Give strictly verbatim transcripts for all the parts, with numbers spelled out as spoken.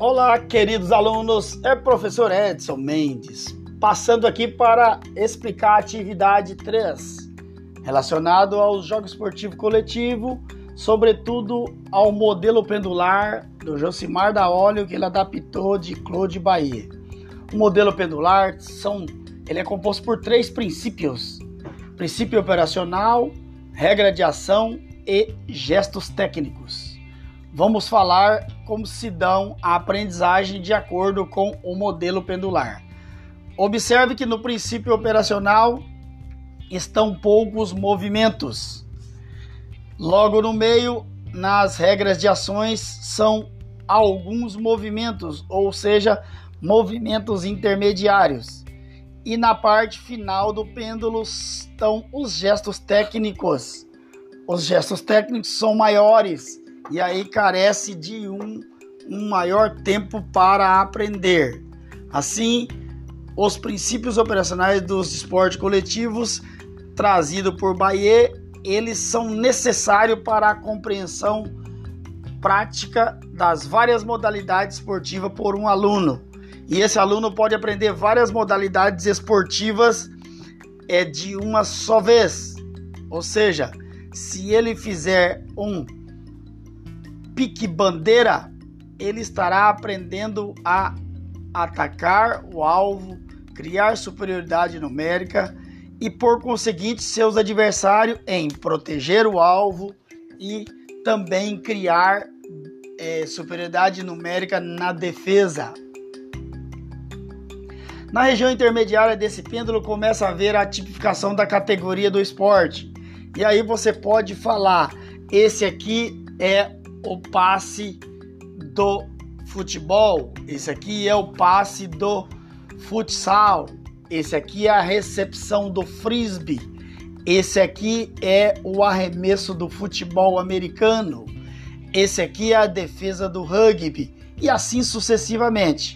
Olá, queridos alunos, é o professor Edson Mendes, passando aqui para explicar a atividade três, relacionado ao jogo esportivo coletivo, sobretudo ao modelo pendular do Josimar Daolio, que ele adaptou de Claude Baillet. O modelo pendular são, ele é composto por três princípios: princípio operacional, regra de ação e gestos técnicos. Vamos falar como se dão a aprendizagem de acordo com o modelo pendular. Observe que no princípio operacional estão poucos movimentos. Logo no meio, nas regras de ações, são alguns movimentos, ou seja, movimentos intermediários. E na parte final do pêndulo estão os gestos técnicos. Os gestos técnicos são maiores e aí carece de um, um maior tempo para aprender. Assim, os princípios operacionais dos esportes coletivos, trazidos por Baillet, eles são necessários para a compreensão prática das várias modalidades esportivas por um aluno. E esse aluno pode aprender várias modalidades esportivas é, de uma só vez. Ou seja, se ele fizer um pique-bandeira, ele estará aprendendo a atacar o alvo, criar superioridade numérica e, por conseguinte, seus adversários em proteger o alvo e também criar é, superioridade numérica na defesa. Na região intermediária desse pêndulo começa a haver a tipificação da categoria do esporte. E aí você pode falar, esse aqui é o passe do futebol, esse aqui é o passe do futsal, esse aqui é a recepção do frisbee, esse aqui é o arremesso do futebol americano, esse aqui é a defesa do rugby e assim sucessivamente.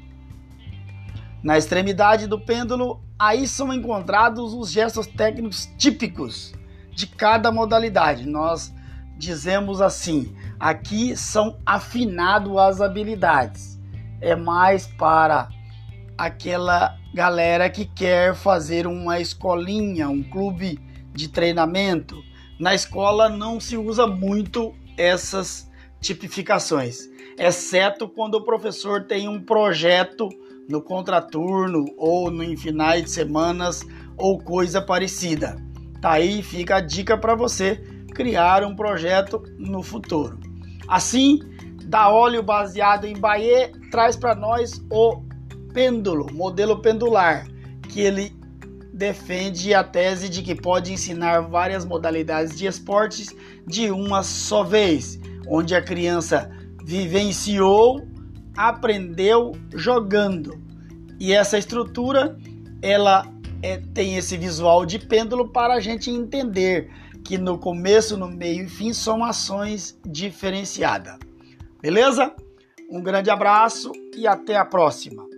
Na extremidade do pêndulo, aí são encontrados os gestos técnicos típicos de cada modalidade. Nós dizemos assim, aqui são afinadas as habilidades. É mais para aquela galera que quer fazer uma escolinha, um clube de treinamento. Na escola não se usa muito essas tipificações, exceto quando o professor tem um projeto no contraturno ou no finais de semanas ou coisa parecida. Tá aí, fica a dica para você criar um projeto no futuro. Assim, Daolio, baseado em Baillet, traz para nós o pêndulo, modelo pendular, que ele defende a tese de que pode ensinar várias modalidades de esportes de uma só vez, onde a criança vivenciou, aprendeu jogando. E essa estrutura, ela é, tem esse visual de pêndulo para a gente entender que no começo, no meio e fim são ações diferenciadas. Beleza? Um grande abraço e até a próxima.